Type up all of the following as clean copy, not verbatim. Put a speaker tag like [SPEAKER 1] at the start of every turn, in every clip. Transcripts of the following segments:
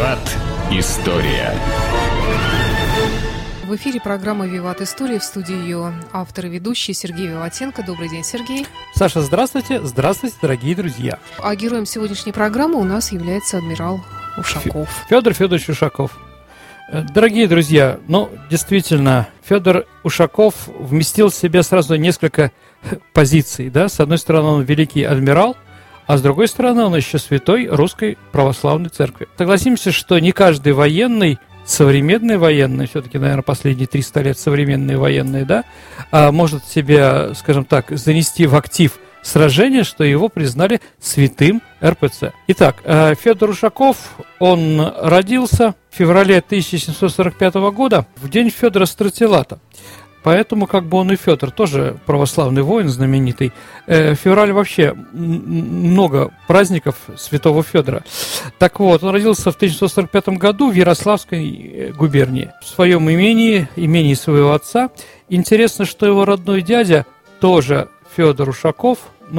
[SPEAKER 1] Виват. История.
[SPEAKER 2] В эфире программа «Виват. История», в студии ее автор и ведущий Сергей Виватенко. Добрый день, Сергей.
[SPEAKER 3] Саша, здравствуйте. Здравствуйте, дорогие друзья.
[SPEAKER 2] А героем сегодняшней программы у нас является адмирал Ушаков.
[SPEAKER 3] Федор Федорович Ушаков. Дорогие друзья, действительно, Федор Ушаков вместил в себя сразу несколько позиций. Да? С одной стороны, он великий адмирал, а с другой стороны, он еще святой Русской Православной Церкви. Согласимся, что не каждый военный, современный военный, все-таки, наверное, последние 300 лет современные военные, да, может себя, скажем так, занести в актив сражения, что его признали святым РПЦ. Итак, Федор Ушаков, он родился в феврале 1745 года, в день Федора Стратилата. Поэтому он и Федор, тоже православный воин знаменитый. В феврале вообще много праздников святого Федора. Так вот, он родился в 1745 году в Ярославской губернии, в своем имении своего отца. Интересно, что его родной дядя, тоже Федор Ушаков,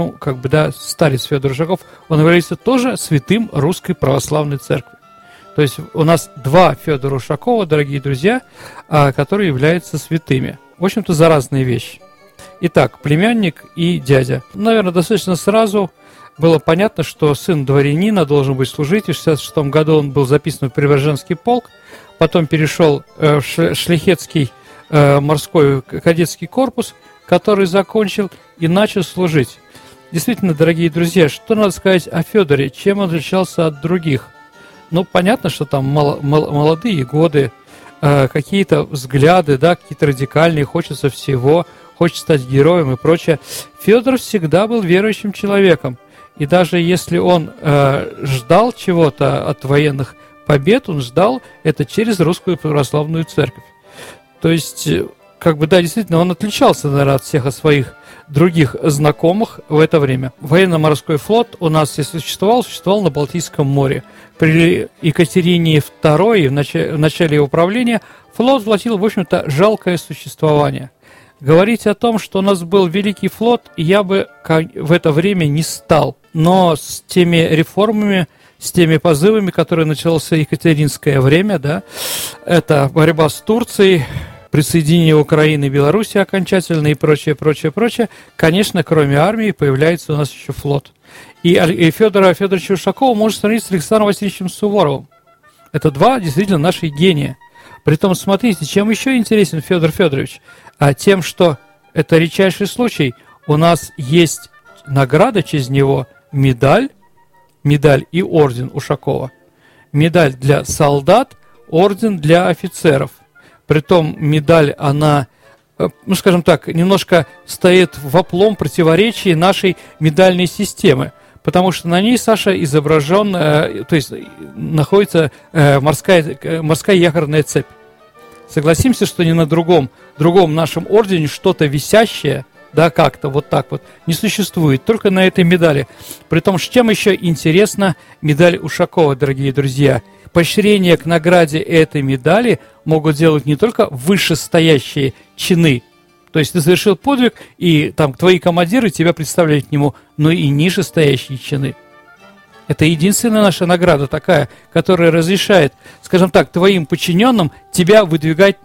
[SPEAKER 3] старец Федор Ушаков, он является тоже святым Русской Православной Церкви. То есть у нас два Федора Ушакова, дорогие друзья, которые являются святыми. В общем-то, за разные вещи. Итак, племянник и дядя. Наверное, достаточно сразу было понятно, что сын дворянина должен быть служить. В 1966 году он был записан в Преображенский полк, потом перешел в шляхетский морской кадетский корпус, который закончил и начал служить. Действительно, дорогие друзья, что надо сказать о Федоре? Чем он отличался от других? Понятно, что там молодые годы, какие-то взгляды, да, какие-то радикальные, хочется всего, хочет стать героем и прочее. Федор всегда был верующим человеком. И даже если он ждал чего-то от военных побед, он ждал это через Русскую Православную Церковь. То есть, действительно, он отличался, наверное, от всех своих других знакомых в это время. Военно-морской флот у нас, если существовал на Балтийском море. При Екатерине II, в начале его правления, флот влачил, в общем-то, жалкое существование. Говорить о том, что у нас был великий флот, я бы в это время не стал. Но с теми реформами, с теми позывами, которые начался екатеринское время, да, это борьба с Турцией, присоединение Украины и Беларуси окончательно и прочее, конечно, кроме армии, появляется у нас еще флот. И Федора Федоровича Ушакова может сравнить с Александром Васильевичем Суворовым. Это два действительно наших гения. Притом, смотрите, чем еще интересен Федор Федорович? Тем, что это редчайший случай. У нас есть награда через него, медаль и орден Ушакова. Медаль для солдат, орден для офицеров. Притом медаль, она, немножко стоит в оплом противоречии нашей медальной системы. Потому что на ней, Саша, изображен, находится морская якорная цепь. Согласимся, что не на другом нашем ордене что-то висящее, да, как-то вот так вот, не существует, только на этой медали. Притом, чем еще интересна медаль Ушакова, дорогие друзья? Поощрение к награде этой медали могут делать не только вышестоящие чины, то есть ты совершил подвиг, и там твои командиры тебя представляют к нему, но и нижестоящие чины. Это единственная наша награда такая, которая разрешает, твоим подчиненным тебя выдвигать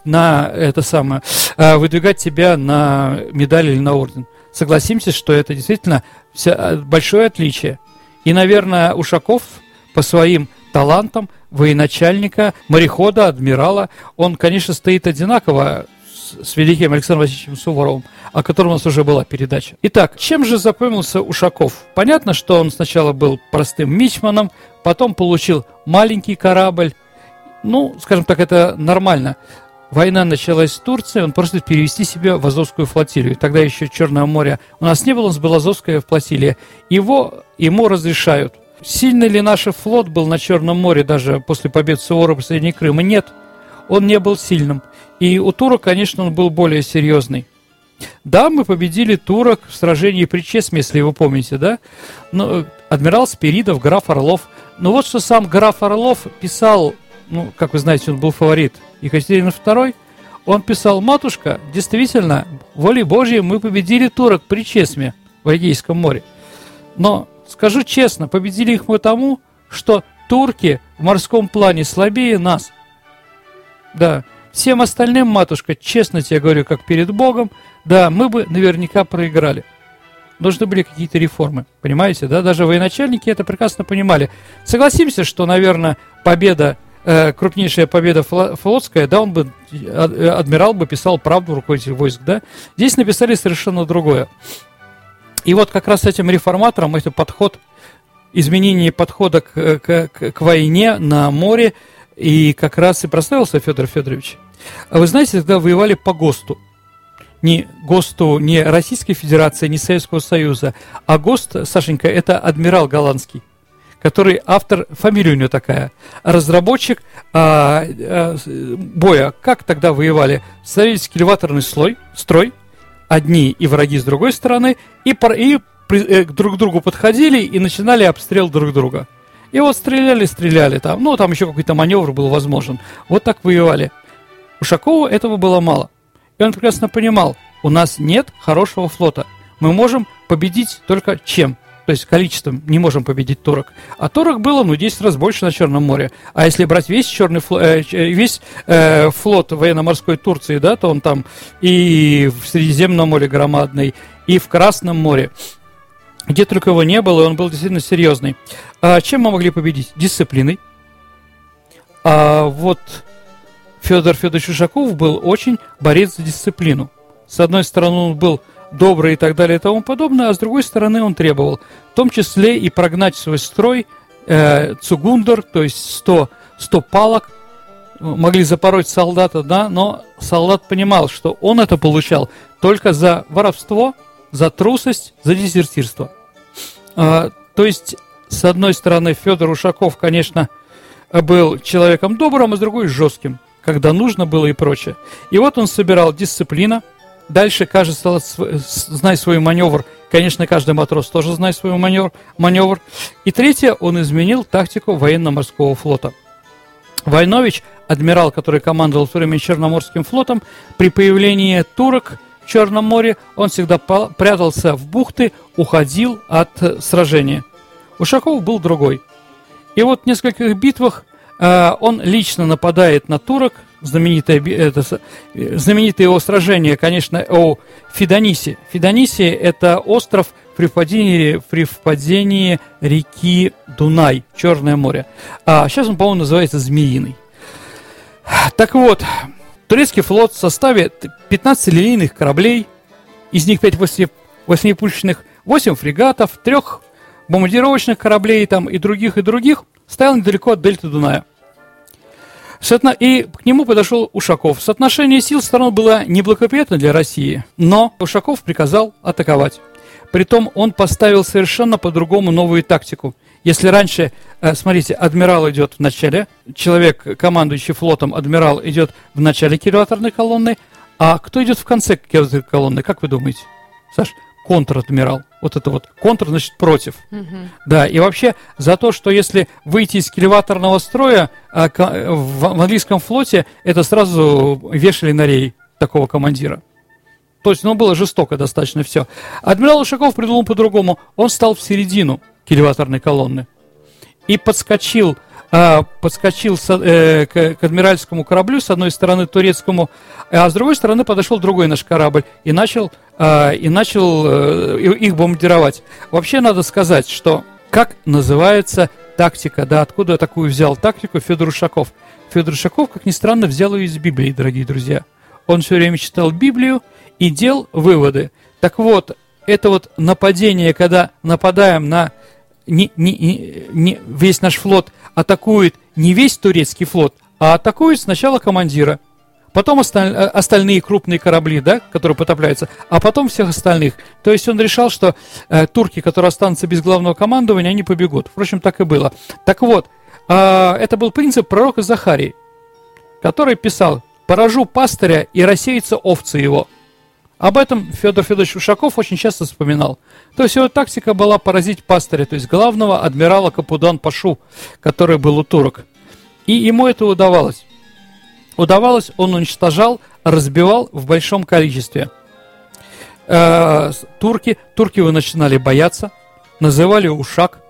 [SPEAKER 3] тебя на медаль или на орден. Согласимся, что это действительно большое отличие. И, наверное, Ушаков по своим талантам военачальника, морехода, адмирала, он, конечно, стоит одинаково с великим Александром Васильевичем Суворовым, о котором у нас уже была передача. Итак, чем же запомнился Ушаков? Понятно, что он сначала был простым мичманом, потом получил маленький корабль. Это нормально. Война началась с Турцией, он просит перевести себя в Азовскую флотилию. Тогда еще Черное море у нас не было, у нас была Азовская флотилия. Ему разрешают. Сильный ли наш флот был на Черном море даже после побед Суворова в Среднем Крыме? Нет, он не был сильным. И у турок, конечно, он был более серьезный. Да, мы победили турок в сражении при Чесме, если вы помните, да? Адмирал Спиридов, граф Орлов. Что сам граф Орлов писал, как вы знаете, он был фаворит Екатерины II. Он писал: матушка, действительно, волей Божьей мы победили турок при Чесме в Эгейском море. Но, скажу честно, победили их мы тому, что турки в морском плане слабее нас. Да, всем остальным, матушка, честно тебе говорю, как перед Богом, да, мы бы наверняка проиграли. Нужны были какие-то реформы, понимаете, да? Даже военачальники это прекрасно понимали. Согласимся, что, наверное, крупнейшая победа флотская, да, адмирал бы писал правду, руководитель войск, да? Здесь написали совершенно другое. И вот как раз с этим реформатором, это подход, изменение подхода к войне на море, и как раз и прославился Федор Федорович. А вы знаете, когда воевали по ГОСТу, не Российской Федерации, не Советского Союза, а ГОСТ, Сашенька, это адмирал голландский, который автор, фамилия у него такая, разработчик боя. Как тогда воевали? Ставились кильваторный строй, одни и враги с другой стороны, и друг к другу подходили и начинали обстрел друг друга. И вот стреляли там, там еще какой-то маневр был возможен. Вот так воевали. Ушакову этого было мало. И он прекрасно понимал, у нас нет хорошего флота. Мы можем победить только чем? То есть количеством не можем победить турок. А турок было, 10 раз больше на Черном море. А если брать весь флот военно-морской Турции, да, то он там и в Средиземном море громадный, и в Красном море. Где только его не было, и он был действительно серьезный. А чем мы могли победить? Дисциплиной. А вот Федор Федорович Ушаков был очень борец за дисциплину. С одной стороны, он был добрый и так далее и тому подобное, а с другой стороны, он требовал, в том числе и прогнать свой строй, цугундер, то есть 100 палок, могли запороть солдата, да, но солдат понимал, что он это получал только за воровство, за трусость, за дезертирство. То есть, с одной стороны, Федор Ушаков, конечно, был человеком добрым, а с другой жестким, когда нужно было и прочее. И вот он собирал дисциплина. Дальше каждый стал знать свой маневр. Конечно, каждый матрос тоже знает свой маневр. И третье, он изменил тактику военно-морского флота. Войнович, адмирал, который командовал в то время Черноморским флотом, при появлении турок в Черном море, он всегда прятался в бухты, уходил от сражения. Ушаков был другой. И вот в нескольких битвах он лично нападает на турок. Знаменитое его сражение, конечно, о Фидонисе. Фидонисе – это остров при впадении реки Дунай, Черное море. А сейчас он, по-моему, называется Змеиный. Так вот, турецкий флот в составе 15 линейных кораблей, из них 5 8-пушечных, 8 фрегатов, 3 бомбардировочных кораблей там, и других, стоял недалеко от дельты Дуная. И к нему подошел Ушаков. Соотношение сил сторон было неблагоприятно для России, но Ушаков приказал атаковать. Притом он поставил совершенно по-другому новую тактику. Если раньше, смотрите, адмирал идет в начале, человек, командующий флотом, адмирал идет в начале кильваторной колонны, а кто идет в конце кильваторной колонны, как вы думаете? Саш, контр-адмирал. Вот это вот. Контр, значит, против. Да, и вообще за то, что если выйти из кильваторного строя в английском флоте, это сразу вешали на рей такого командира. То есть, было жестоко достаточно все. Адмирал Ушаков придумал по-другому. Он стал в середину кильваторной колонны и подскочил к адмиральскому кораблю, с одной стороны турецкому, а с другой стороны подошел другой наш корабль и начал их бомбардировать. Вообще надо сказать, что как называется тактика, да, откуда я такую взял тактику Федор Ушаков. Федор Ушаков, как ни странно, взял ее из Библии, дорогие друзья. Он все время читал Библию и делал выводы. Так вот, это вот нападение, когда нападаем на весь наш флот, атакует не весь турецкий флот, а атакует сначала командира, потом остальные крупные корабли, да, которые потопляются, а потом всех остальных. То есть он решал, что турки, которые останутся без главного командования, они побегут. Впрочем, так и было. Так вот, это был принцип пророка Захарии, который писал: «Поражу пастыря, и рассеются овцы его». Об этом Федор Федорович Ушаков очень часто вспоминал. То есть его тактика была поразить пастыря, то есть главного адмирала Капудан-Пашу, который был у турок. И ему это удавалось. Он уничтожал, разбивал в большом количестве. Турки его начинали бояться, называли Ушак,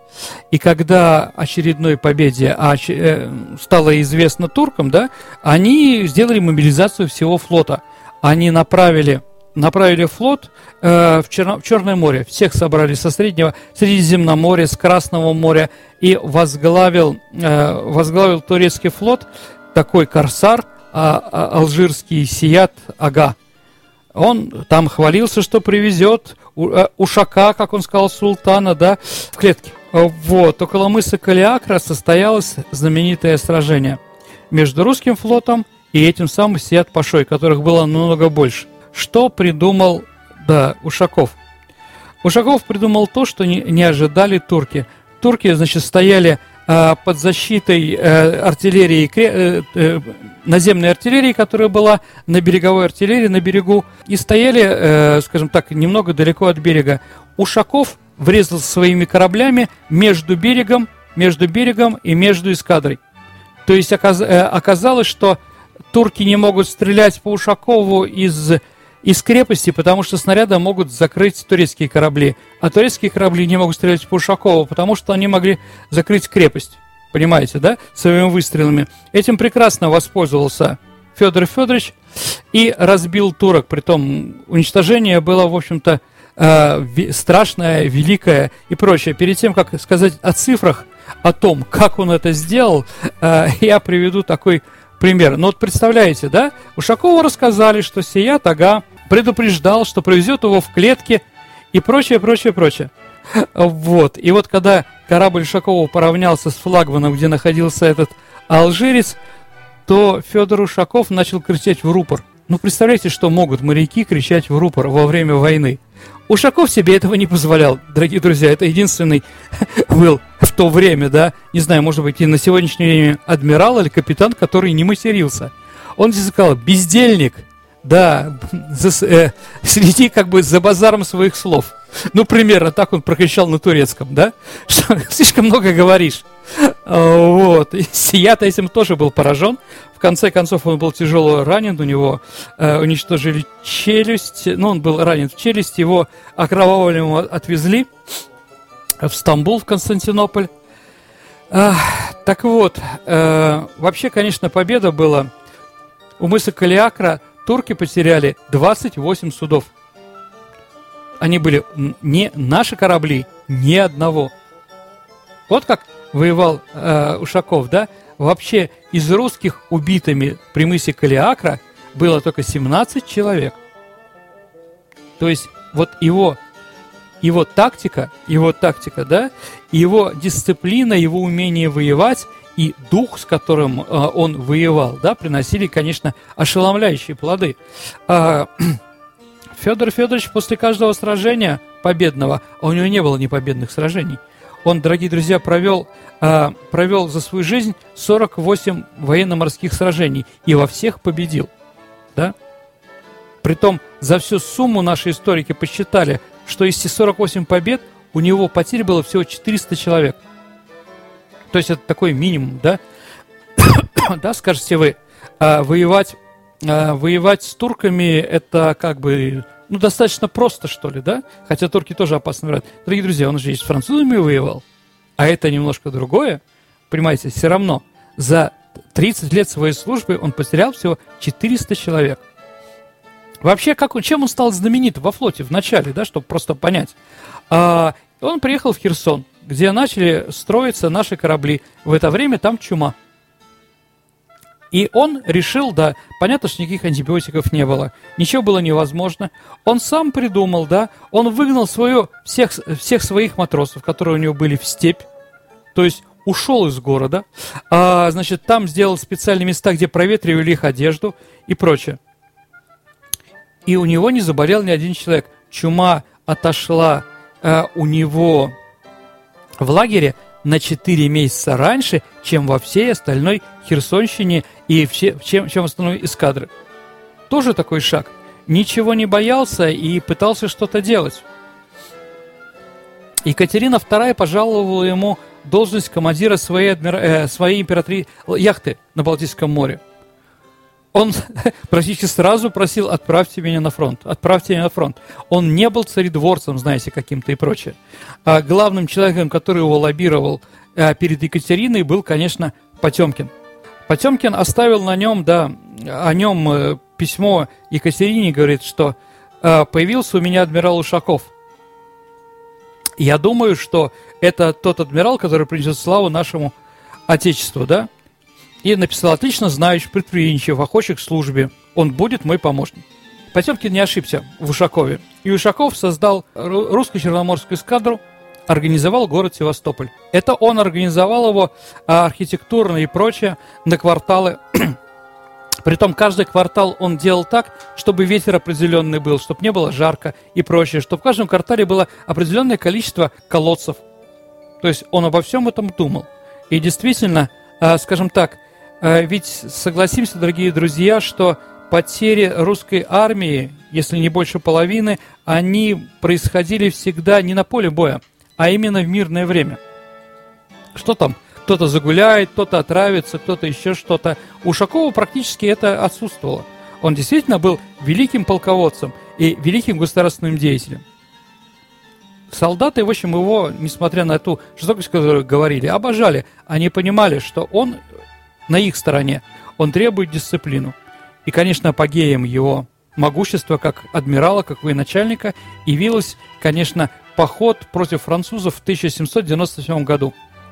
[SPEAKER 3] И когда очередной победе стало известно туркам, да, они сделали мобилизацию всего флота. Они направили флот в Черное море. Всех собрали со Средиземноморья, с Красного моря. И возглавил турецкий флот такой корсар, алжирский Сият Ага. Он там хвалился, что привезет Ушака, как он сказал, султана, да, в клетке. Вот, около мыса Калиакра состоялось знаменитое сражение между русским флотом и этим самым Сият-Пашой, которых было намного больше. Что придумал, Ушаков? Ушаков придумал то, что не ожидали турки. Турки, значит, стояли под защитой артиллерии, наземной артиллерии, которая была на береговой артиллерии на берегу, и стояли, скажем так, немного далеко от берега. Ушаков врезался своими кораблями между берегом и между эскадрой. То есть оказалось, что турки не могут стрелять по Ушакову из крепости, потому что снаряды могут закрыть турецкие корабли. А турецкие корабли не могут стрелять по Ушакову, потому что они могли закрыть крепость. Понимаете, да? Своими выстрелами. Этим прекрасно воспользовался Федор Федорович и разбил турок. Притом уничтожение было, в общем-то, страшное, великое и прочее. Перед тем, как сказать о цифрах, о том, как он это сделал, я приведу такой пример. Ну вот представляете, да? Ушакову рассказали, что Сият Ага предупреждал, что привезет его в клетке и прочее. Вот. И вот когда корабль Ушакова поравнялся с флагманом, где находился этот алжирец, то Федор Ушаков начал кричать в рупор. Ну, представляете, что могут моряки кричать в рупор во время войны? Ушаков себе этого не позволял, дорогие друзья. Это единственный был в то время, да, не знаю, может быть, и на сегодняшнее время адмирал или капитан, который не матерился. Он здесь сказал: бездельник, да, следи как бы за базаром своих слов. Ну, примерно так он прокричал на турецком, да, что слишком много говоришь. Вот, и Сият этим тоже был поражен. В конце концов, он был тяжело ранен, у него уничтожили челюсть, он был ранен в челюсть, его окровавленного отвезли в Стамбул, в Константинополь. Так вот, вообще, конечно, победа была. У мыса Калиакра турки потеряли 28 судов. Они были не наши корабли, ни одного. Вот как воевал Ушаков, да? Вообще из русских убитыми при мысе Калиакра было только 17 человек. То есть вот его тактика, да, его дисциплина, его умение воевать и дух, с которым он воевал, да, приносили, конечно, ошеломляющие плоды. Федор Федорович после каждого сражения победного, а у него не было непобедных сражений, он, дорогие друзья, провел за свою жизнь 48 военно-морских сражений и во всех победил. Да? Притом за всю сумму наши историки посчитали, что из 48 побед у него потерь было всего 400 человек. То есть это такой минимум, да? Да, скажете вы, воевать с турками это как бы, достаточно просто, что ли, да? Хотя турки тоже опасно врать. Дорогие друзья, он же и с французами воевал, а это немножко другое. Понимаете, все равно за 30 лет своей службы он потерял всего 400 человек. Вообще, чем он стал знаменит во флоте в начале, да, чтобы просто понять? Он приехал в Херсон, где начали строиться наши корабли. В это время там чума. И он решил, да, понятно, что никаких антибиотиков не было, ничего было невозможно. Он сам придумал, да, он выгнал всех своих матросов, которые у него были в степь, то есть ушел из города, значит, там сделал специальные места, где проветривали их одежду и прочее. И у него не заболел ни один человек. Чума отошла у него в лагере на 4 месяца раньше, чем во всей остальной Херсонщине и чем в остальной эскадры. Тоже такой шаг. Ничего не боялся и пытался что-то делать. Екатерина II пожаловала ему должность командира своей яхты на Балтийском море. Он практически сразу просил: отправьте меня на фронт, отправьте меня на фронт. Он не был царедворцем, знаете, каким-то и прочее. А главным человеком, который его лоббировал перед Екатериной, был, конечно, Потемкин. Потемкин оставил о нем письмо Екатерине, говорит, что появился у меня адмирал Ушаков. Я думаю, что это тот адмирал, который принесет славу нашему Отечеству, да? И написал: отлично знающий, предприимчив, охочий к службе. Он будет мой помощник. Потемкин не ошибся в Ушакове. И Ушаков создал русско-черноморскую эскадру, организовал город Севастополь. Это он организовал его архитектурно и прочее на кварталы. Притом каждый квартал он делал так, чтобы ветер определенный был, чтобы не было жарко и прочее, чтобы в каждом квартале было определенное количество колодцев. То есть он обо всем этом думал. И действительно, скажем так, ведь согласимся, дорогие друзья, что потери русской армии, если не больше половины, они происходили всегда не на поле боя, а именно в мирное время. Что там? Кто-то загуляет, кто-то отравится, кто-то еще что-то. У Ушакова практически это отсутствовало. Он действительно был великим полководцем и великим государственным деятелем. Солдаты, в общем, его, несмотря на ту жестокость, которую говорили, обожали. Они понимали, что он на их стороне, он требует дисциплину. И, конечно, апогеем его могущества как адмирала, как военачальника явилось, конечно, поход против французов в 1797 году.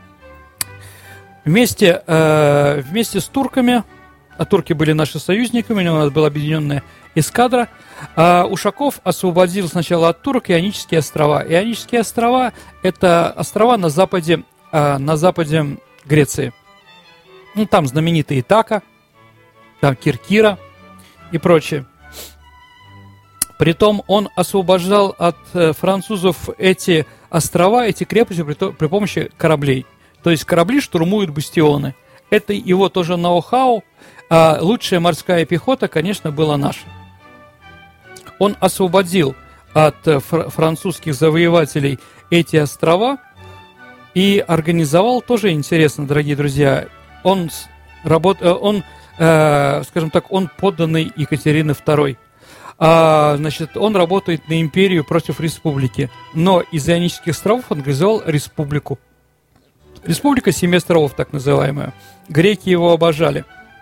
[SPEAKER 3] Вместе с турками, а турки были наши союзниками, у нас была объединенная эскадра, Ушаков освободил сначала от турок Ионические острова. Ионические острова – это острова на западе Греции. Ну, там знаменитый Итака, там Киркира и прочее. Притом он освобождал от французов эти острова, эти крепости при помощи кораблей. То есть корабли штурмуют бастионы. Это его тоже ноу-хау, а лучшая морская пехота, конечно, была наша. Он освободил от французских завоевателей эти острова и организовал, тоже интересно, дорогие друзья, он подданный Екатерины II. Он работает на империю против республики, но из Ионических островов он организовал республику. Республика Семи островов, так называемая. Греки его обожали.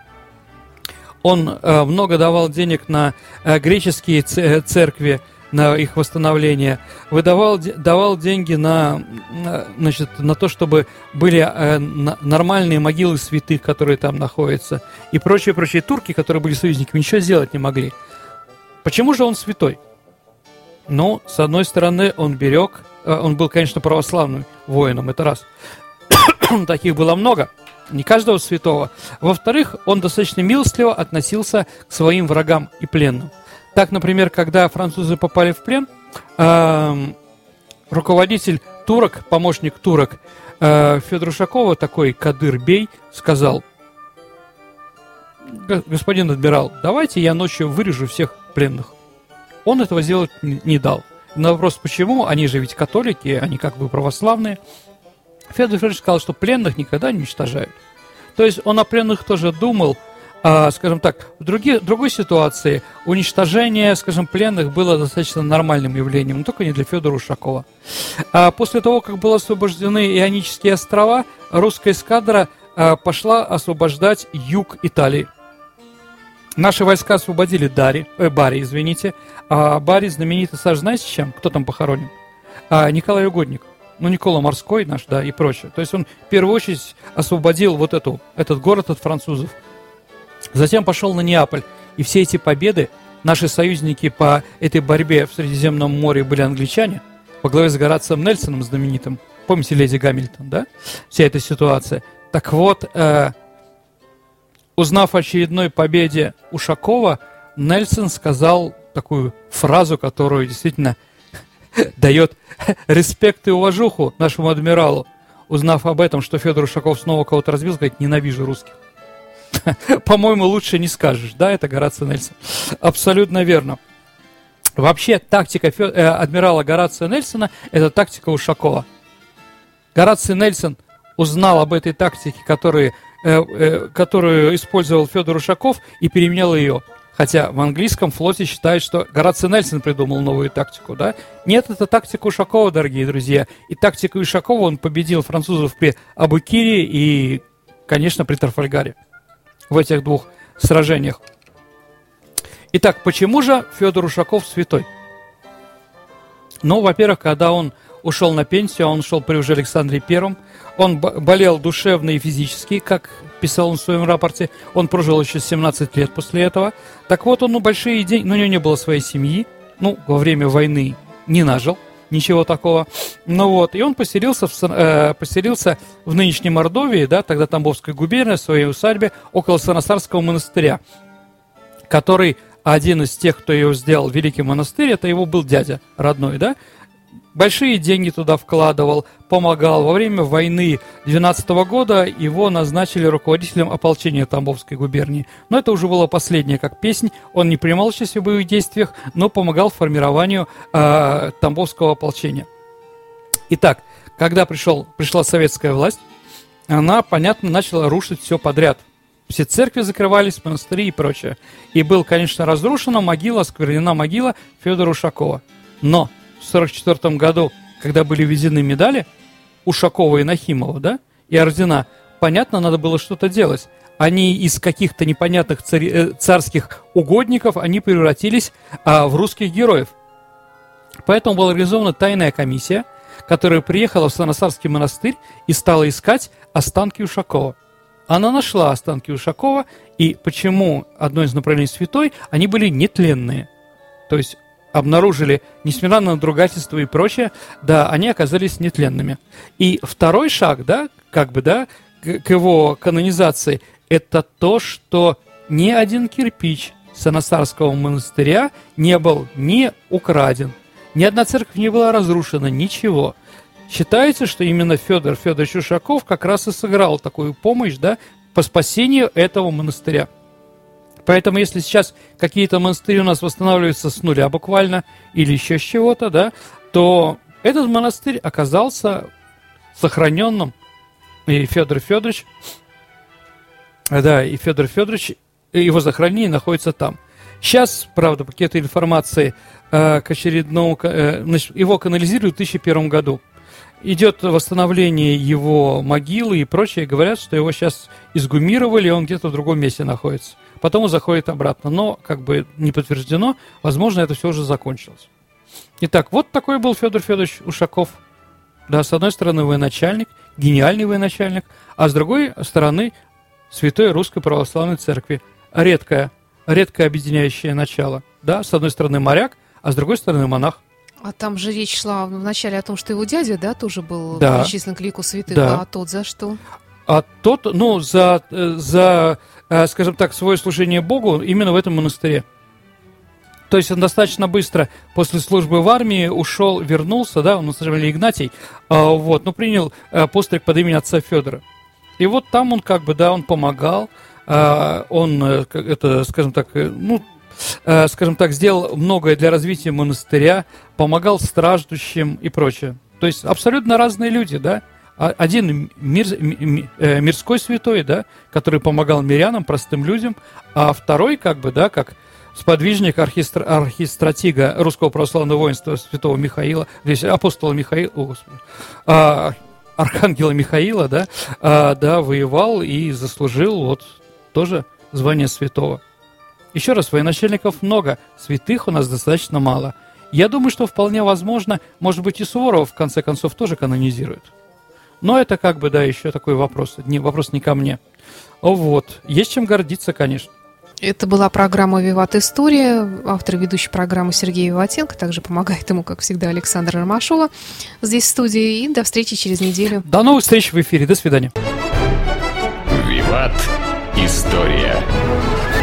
[SPEAKER 3] Он много давал денег на греческие церкви, на их восстановление. Давал деньги на то, чтобы были нормальные могилы святых, которые там находятся. И прочие турки, которые были союзниками, ничего сделать не могли. Почему же он святой? Ну, с одной стороны, он был, конечно, православным воином, это раз. Таких было много, не каждого святого. Во-вторых, он достаточно милостливо относился к своим врагам и пленным. Так, например, когда французы попали в плен, руководитель турок, помощник турок Федор Ушакова, такой Кадыр-бей, сказал: господин адмирал, давайте я ночью вырежу всех пленных. Он этого сделать не дал. На вопрос, почему, они же ведь католики, они как бы православные, Федор Федорович сказал, что пленных никогда не уничтожают. То есть он о пленных тоже думал. Скажем так, в другой ситуации уничтожение, скажем, пленных было достаточно нормальным явлением, но только не для Федора Ушакова. После того, как были освобождены Ионические острова, русская эскадра пошла освобождать юг Италии. Наши войска освободили Бари, извините. Бари знаменитый, Саш, знаете чем? Кто там похоронен? Николай Угодник. Ну, Никола Морской наш, да, и прочее. То есть он в первую очередь освободил этот город от французов. Затем пошел на Неаполь. И все эти победы, наши союзники по этой борьбе в Средиземном море были англичане, во главе с Горацием Нельсоном знаменитым. Помните леди Гамильтон, да? Вся эта ситуация. Так вот, узнав о очередной победе Ушакова, Нельсон сказал такую фразу, которую действительно дает респект и уважуху нашему адмиралу. Узнав об этом, что Федор Ушаков снова кого-то разбил, сказать: ненавижу русских. По-моему, лучше не скажешь, да, это Гораций Нельсон. Абсолютно верно. Вообще, тактика адмирала Горация Нельсона – это тактика Ушакова. Гораций Нельсон узнал об этой тактике, которую которую использовал Федор Ушаков, и переменял ее. Хотя в английском флоте считают, что Гораций Нельсон придумал новую тактику, да? Нет, это тактика Ушакова, дорогие друзья. И тактикой Ушакова он победил французов при Абукире и, конечно, при Трафальгаре. В этих двух сражениях. Итак, почему же Федор Ушаков святой? Ну, во-первых, когда он ушел на пенсию, он ушел при уже Александре I, он болел душевно и физически, как писал он в своем рапорте, он прожил еще 17 лет после этого. Так вот, он большие деньги, у него не было своей семьи, во время войны не нажил, ничего такого. И он поселился в нынешней Мордовии, да, тогда Тамбовской губернии, в своей усадьбе, около Санасарского монастыря, который один из тех, кто его сделал великий монастырь, это его был дядя родной, да, большие деньги туда вкладывал, помогал. Во время войны 12 года его назначили руководителем ополчения Тамбовской губернии. Но это уже было последнее, как песнь. Он не принимал участие в боевых действиях, но помогал формированию Тамбовского ополчения. Итак, когда пришла советская власть, она, понятно, начала рушить все подряд. Все церкви закрывались, монастыри и прочее. И был, конечно, разрушена осквернена могила Федора Ушакова. Но в 1944 году, когда были введены медали Ушакова и Нахимова, да, и ордена, понятно, надо было что-то делать. Они из каких-то непонятных царских угодников, они превратились в русских героев. Поэтому была организована тайная комиссия, которая приехала в Санасарский монастырь и стала искать останки Ушакова. Она нашла останки Ушакова, и почему одно из направлений святой, они были нетленные. То есть обнаружили, несмотря на надругательство и прочее, да, они оказались нетленными. И второй шаг, да, к его канонизации, это то, что ни один кирпич Санасарского монастыря не был ни украден, ни одна церковь не была разрушена, ничего. Считается, что именно Федор Федорович Ушаков как раз и сыграл такую помощь, да, по спасению этого монастыря. Поэтому, если сейчас какие-то монастыри у нас восстанавливаются с нуля буквально, или еще с чего-то, да, то этот монастырь оказался сохраненным, и Федор Федорович, его захоронение находится там. Сейчас, правда, пакеты информации к очередному, его канализируют в 2001 году. Идет восстановление его могилы и прочее. Говорят, что его сейчас изгумировали, и он где-то в другом месте находится. Потом он заходит обратно. Но, не подтверждено, возможно, это все уже закончилось. Итак, вот такой был Федор Федорович Ушаков. Да, с одной стороны, военачальник, гениальный военачальник, а с другой стороны, святой Русской Православной Церкви. Редкое объединяющее начало. Да, с одной стороны, моряк, а с другой стороны, монах.
[SPEAKER 2] А там же речь шла вначале о том, что его дядя, да, тоже был причислен к лику святых, да. А тот за что?
[SPEAKER 3] А тот, за, скажем так, свое служение Богу именно в этом монастыре. То есть он достаточно быстро после службы в армии вернулся, да, он называли Игнатий, принял постриг под именем отца Федора. И вот там он он помогал, сделал многое для развития монастыря, помогал страждущим и прочее. То есть абсолютно разные люди, да. Один мирской святой, да, который помогал мирянам, простым людям, а второй, как сподвижник архистратига Русского православного воинства святого Михаила, здесь апостола Михаила, архангела Михаила, да, воевал и заслужил тоже звание святого. Еще раз, военачальников много, святых у нас достаточно мало. Я думаю, что вполне возможно, может быть, и Суворова в конце концов тоже канонизируют. Но это еще такой вопрос. Вопрос не ко мне. Есть чем гордиться, конечно.
[SPEAKER 2] Это была программа «Виват История». Автор и ведущий программы Сергей Виватенко. Также помогает ему, как всегда, Александра Ромашова здесь в студии. И до встречи через неделю.
[SPEAKER 3] До новых встреч в эфире. До свидания.
[SPEAKER 1] «Виват История».